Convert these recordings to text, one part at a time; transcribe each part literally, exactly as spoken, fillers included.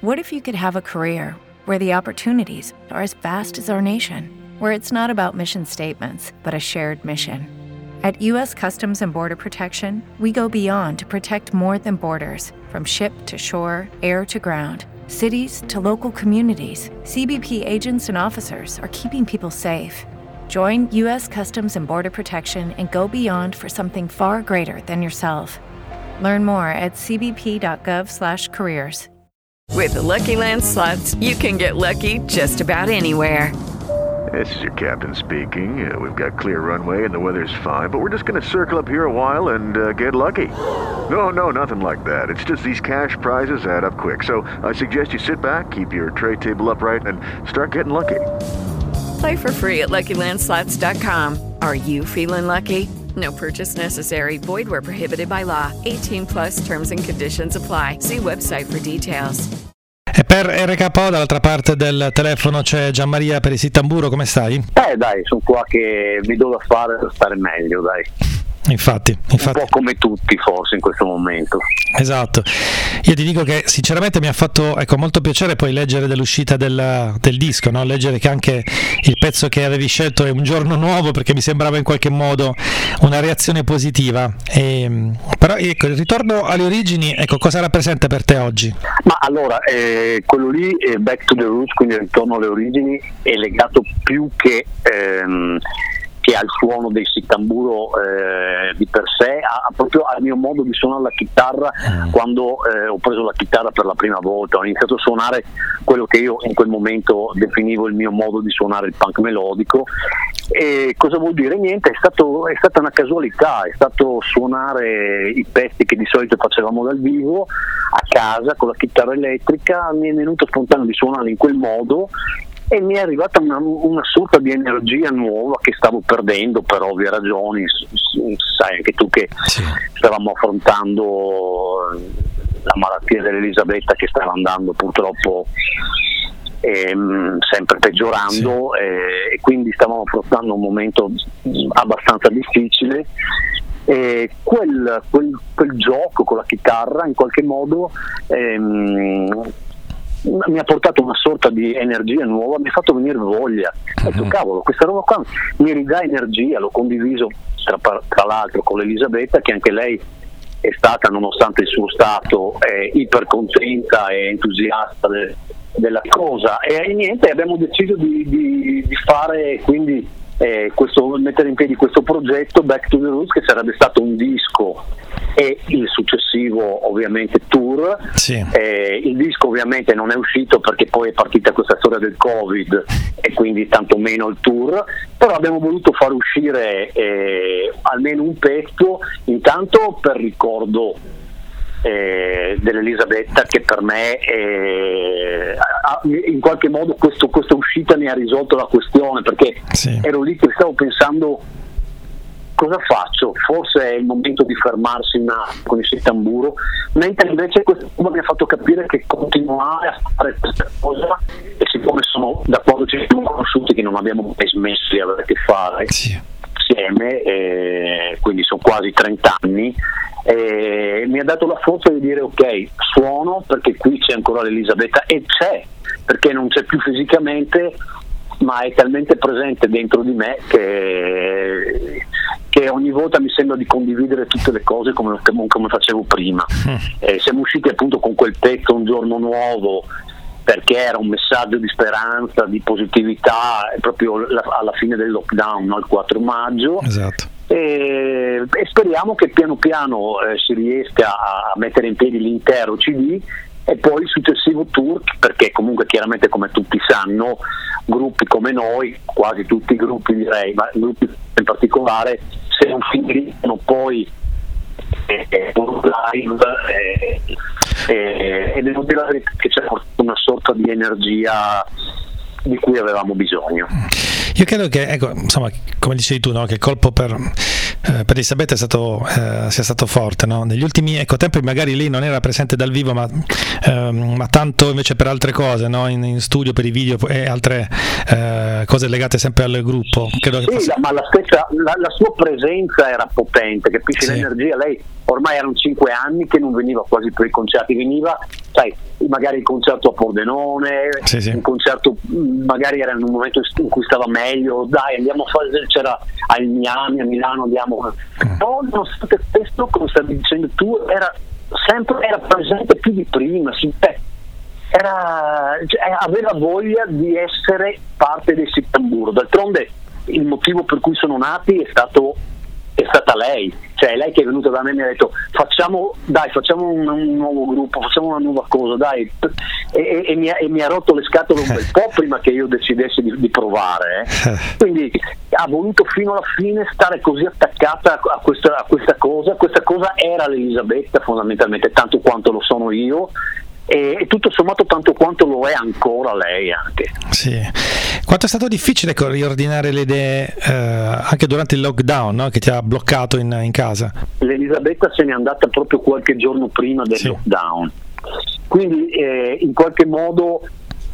What if you could have a career where the opportunities are as vast as our nation, where it's not about mission statements, but a shared mission? At U S Customs and Border Protection, we go beyond to protect more than borders. From ship to shore, air to ground, cities to local communities, C B P agents and officers are keeping people safe. Join U S Customs and Border Protection and go beyond for something far greater than yourself. Learn more at c b p dot gov slash careers. With the Lucky Land Slots, you can get lucky just about anywhere. This is your captain speaking. Uh, we've got clear runway and the weather's fine, but we're just going to circle up here a while and uh, get lucky. No, no, nothing like that. It's just these cash prizes add up quick. So I suggest you sit back, keep your tray table upright, and start getting lucky. Play for free at lucky land slots dot com. Are you feeling lucky? No purchase necessary. Void where prohibited by law. eighteen plus terms and conditions apply. See website for details. E per R K O dall'altra parte del telefono c'è Gianmaria Perisitamburo, come stai? Eh dai, sono qua che vi do da fare per stare meglio, dai. Infatti, infatti. Un po' come tutti forse in questo momento. Esatto. Io ti dico che sinceramente mi ha fatto ecco, molto piacere poi leggere dell'uscita del, del disco, no? Leggere che anche il pezzo che avevi scelto è Un giorno nuovo, perché mi sembrava in qualche modo una reazione positiva. E, però ecco, il ritorno alle origini, ecco, cosa rappresenta per te oggi? Ma allora, eh, quello lì, eh, Back to the Roots, quindi il ritorno alle origini, è legato più che... Ehm, che al suono del sitamburo eh, di per sé, a, a proprio al mio modo di suonare la chitarra. Mm. Quando eh, ho preso la chitarra per la prima volta, ho iniziato a suonare quello che io in quel momento definivo il mio modo di suonare il punk melodico. E cosa vuol dire? Niente, è, stato, è stata una casualità, è stato suonare i pezzi che di solito facevamo dal vivo a casa con la chitarra elettrica, mi è venuto spontaneo di suonare in quel modo e mi è arrivata una, una sorta di energia nuova che stavo perdendo per ovvie ragioni. Sai anche tu che sì. Stavamo affrontando la malattia dell'Elisabetta, che stava andando purtroppo ehm, sempre peggiorando, sì. e, e quindi stavamo affrontando un momento abbastanza difficile. E quel, quel, quel gioco con la chitarra in qualche modo ehm, mi ha portato una sorta di energia nuova, mi ha fatto venire voglia. Ho detto, cavolo, questa roba qua mi ridà energia. L'ho condiviso tra, tra l'altro con l'Elisabetta, che anche lei è stata, nonostante il suo stato, eh, ipercontenta e entusiasta de, della cosa, e, e niente, abbiamo deciso di, di, di fare quindi eh, questo, mettere in piedi questo progetto Back to the Roots, che sarebbe stato un disco e il successivo ovviamente tour. Sì. Eh, il disco ovviamente non è uscito perché poi è partita questa storia del Covid e quindi tantomeno il tour, però abbiamo voluto far uscire eh, almeno un pezzo, intanto per ricordo eh, dell'Elisabetta, che per me eh, in qualche modo questo, questa uscita mi ha risolto la questione, perché sì. Ero lì che stavo pensando: cosa faccio? Forse è il momento di fermarsi un attimo con il sitamburo, mentre invece questo mi ha fatto capire che continuare a fare questa cosa, e siccome sono da quando ci siamo conosciuti che non abbiamo mai smesso di avere a che fare sì. insieme, eh, quindi sono quasi trenta anni, eh, mi ha dato la forza di dire ok, suono perché qui c'è ancora l'Elisabetta, e c'è, perché non c'è più fisicamente, ma è talmente presente dentro di me che, che ogni volta mi sembra di condividere tutte le cose come, come facevo prima. Mm. Eh, siamo usciti appunto con quel pezzo Un giorno nuovo, perché era un messaggio di speranza, di positività, proprio la, alla fine del lockdown, no? Il quattro maggio. Esatto. E, e speriamo che piano piano eh, si riesca a mettere in piedi l'intero C D e poi il successivo tour, perché comunque chiaramente, come tutti sanno, gruppi come noi, quasi tutti i gruppi direi, ma gruppi in particolare, se non finiscono poi eh, eh, live eh, eh, e devo dire che c'è una sorta di energia di cui avevamo bisogno. Io credo che, ecco, insomma, come dicevi tu, no, che il colpo per, eh, per Elisabetta è stato, eh, sia stato forte, no? Negli ultimi ecco, tempi magari lei non era presente dal vivo, ma, ehm, ma tanto invece per altre cose, no? in, in studio, per i video e altre eh, cose legate sempre al gruppo. Credo sì, che fosse... ma la, stessa, la, la sua presenza era potente, capisci? Sì. L'energia, lei ormai erano cinque anni che non veniva quasi per i concerti, veniva, sai, magari il concerto a Pordenone, sì, sì. un concerto magari era in un momento in cui stava meglio, dai andiamo a fare, c'era a Miami, a Milano andiamo, mm. però nonostante questo, come stavi dicendo tu, era sempre era presente più di prima, si, beh, era, cioè, aveva voglia di essere parte del Sictamburo. D'altronde il motivo per cui sono nati è stato è stata lei, cioè lei che è venuta da me e mi ha detto facciamo dai facciamo un, un nuovo gruppo, facciamo una nuova cosa, dai, e, e, e, mi, ha, e mi ha rotto le scatole un bel po' prima che io decidessi di, di provare, eh. Quindi ha voluto fino alla fine stare così attaccata a questa, a questa cosa. Questa cosa era l'Elisabetta fondamentalmente, tanto quanto lo sono io, e, e tutto sommato tanto quanto lo è ancora lei anche. Sì. Quanto è stato difficile riordinare le idee eh, anche durante il lockdown, no? Che ti ha bloccato in, in casa? L'Elisabetta se n'è andata proprio qualche giorno prima del sì. lockdown, quindi eh, in qualche modo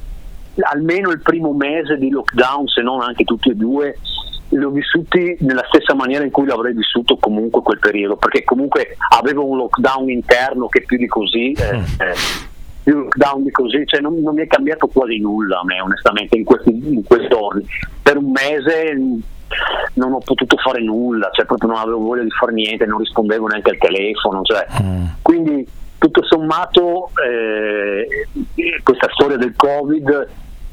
almeno il primo mese di lockdown, se non anche tutti e due, li ho vissuti nella stessa maniera in cui l'avrei vissuto comunque quel periodo, perché comunque avevo un lockdown interno che più di così eh, mm. eh, più lockdown di così, cioè non, non mi è cambiato quasi nulla a me onestamente in questi, in questi giorni. Per un mese non ho potuto fare nulla, cioè proprio non avevo voglia di fare niente, non rispondevo neanche al telefono, cioè, mm. quindi tutto sommato eh, questa storia del Covid eh,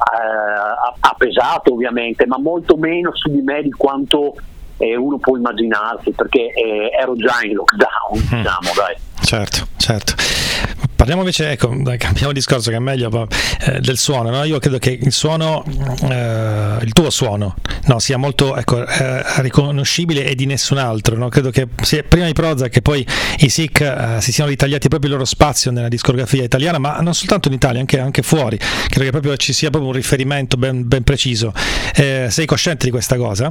ha, ha pesato ovviamente, ma molto meno su di me di quanto eh, uno può immaginarsi, perché eh, ero già in lockdown, mm. diciamo, dai. Certo, certo. Parliamo invece, ecco, cambiamo discorso che è meglio, eh, del suono, no? Io credo che il suono, eh, il tuo suono, no, sia molto ecco, eh, riconoscibile e di nessun altro, no? Credo che sia prima i Prozac che poi i Sick eh, si siano ritagliati proprio il loro spazio nella discografia italiana, ma non soltanto in Italia, anche, anche fuori. Credo che proprio ci sia proprio un riferimento ben, ben preciso. Eh, sei cosciente di questa cosa?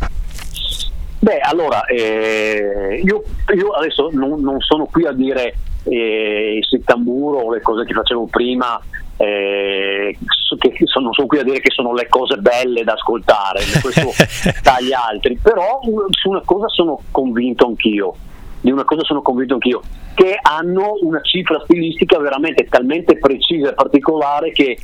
Beh, allora, eh, io, io adesso non, non sono qui a dire eh, il Sictamburo o le cose che facevo prima, eh, che sono, non sono qui a dire che sono le cose belle da ascoltare, questo dagli altri, però su una cosa sono convinto anch'io, di una cosa sono convinto anch'io, che hanno una cifra stilistica veramente talmente precisa e particolare che...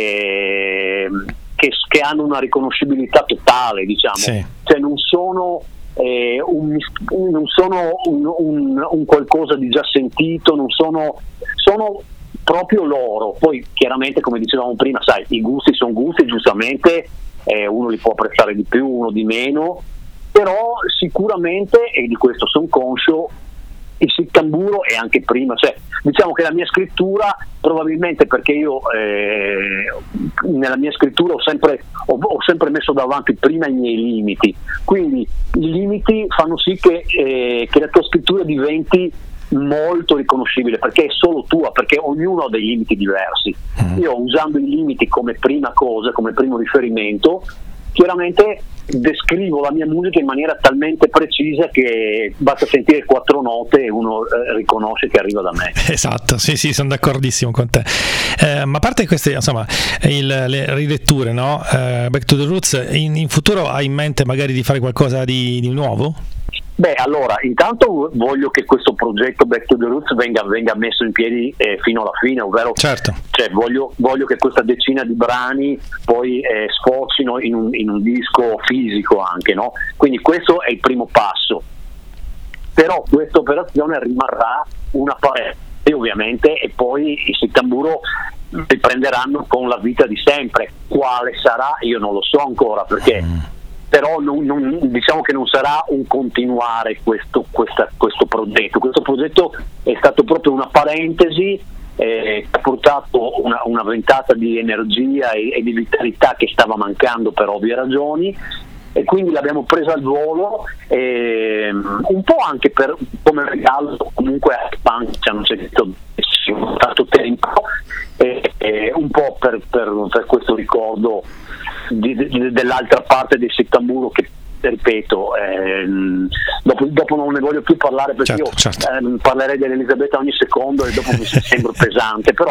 Eh, Che, che hanno una riconoscibilità totale, diciamo, sì. Cioè non sono eh, un, non sono un, un, un qualcosa di già sentito, non sono, sono proprio loro. Poi chiaramente, come dicevamo prima, sai, i gusti sono gusti, giustamente eh, uno li può apprezzare di più, uno di meno, però sicuramente, e di questo sono conscio, il Sictamburo e anche prima, cioè diciamo che la mia scrittura, probabilmente perché io eh, nella mia scrittura ho sempre, ho, ho sempre messo davanti prima i miei limiti, quindi i limiti fanno sì che, eh, che la tua scrittura diventi molto riconoscibile, perché è solo tua, perché ognuno ha dei limiti diversi. Io, usando i limiti come prima cosa, come primo riferimento, chiaramente descrivo la mia musica in maniera talmente precisa che basta sentire quattro note e uno eh, riconosce che arriva da me. Esatto, sì sì, sono d'accordissimo con te. Eh, ma a parte queste, insomma, il, le riletture, no? Eh, Back to the Roots, in, in futuro hai in mente magari di fare qualcosa di, di nuovo? Beh, allora, intanto voglio che questo progetto Back to the Roots venga, venga messo in piedi eh, fino alla fine, ovvero certo. Cioè, voglio, voglio che questa decina di brani poi eh, sfocino in un, in un disco fisico anche, no? Quindi questo è il primo passo. Però questa operazione rimarrà una parete, ovviamente, e poi i Sictamburo riprenderanno con la vita di sempre. Quale sarà? Io non lo so ancora, perché... Mm. Però non, non, diciamo che non sarà un continuare questo, questa, questo progetto. Questo progetto è stato proprio una parentesi eh, che ha portato una, una ventata di energia e, e di vitalità che stava mancando per ovvie ragioni, e quindi l'abbiamo presa al volo, eh, un po' anche per, come regalo comunque a Punk ci hanno sentito tanto tempo, e, e un po' per, per, per questo ricordo Di, di, dell'altra parte del Sictamburo che, ripeto, ehm, dopo, dopo non ne voglio più parlare, perché certo, io certo. Ehm, parlerei dell'Elisabetta ogni secondo e dopo mi sembra pesante, però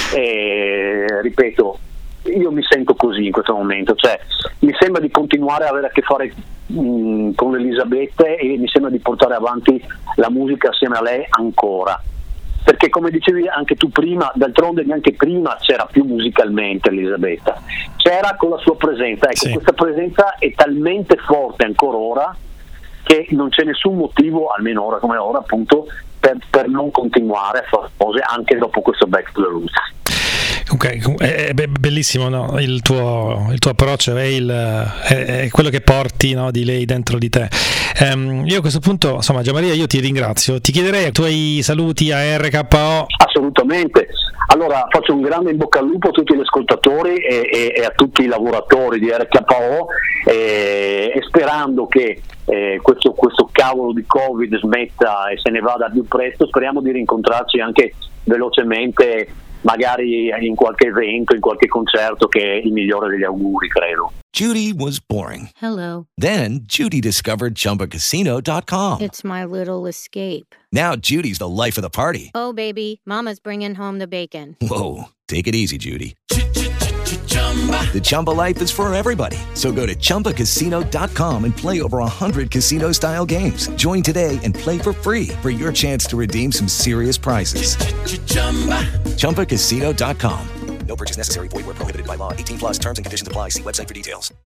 eh, ripeto, io mi sento così in questo momento, cioè mi sembra di continuare ad avere a che fare mh, con l'Elisabetta, e mi sembra di portare avanti la musica assieme a lei ancora. perché come dicevi anche tu prima, d'altronde neanche prima c'era più musicalmente Elisabetta, c'era con la sua presenza, ecco, sì. Questa presenza è talmente forte ancora ora che non c'è nessun motivo, almeno ora come ora appunto, per, per non continuare a fare cose anche dopo questo Back to the Roots. Okay, è bellissimo, no? il, tuo, il tuo approccio è, il, è, è quello che porti, no, di lei dentro di te. Um, io a questo punto, insomma, Gianmaria, io ti ringrazio. Ti chiederei i tuoi saluti a R K O. Assolutamente. Allora faccio un grande in bocca al lupo a tutti gli ascoltatori e, e, e a tutti i lavoratori di R K O e, e sperando che eh, questo, questo cavolo di Covid smetta e se ne vada più presto, speriamo di rincontrarci anche velocemente, magari in qualche evento, in qualche concerto, che è il migliore degli auguri, credo. Judy was boring. Hello. Then Judy discovered Chumba Casino dot com. It's my little escape. Now Judy's the life of the party. Oh, baby, mama's bringing home the bacon. Whoa, take it easy, Judy. The Chumba life is for everybody. So go to Chumba Casino dot com and play over one hundred casino-style games. Join today and play for free for your chance to redeem some serious prizes. Chumba Casino dot com. No purchase necessary. Void where prohibited by law. eighteen plus terms and conditions apply. See website for details.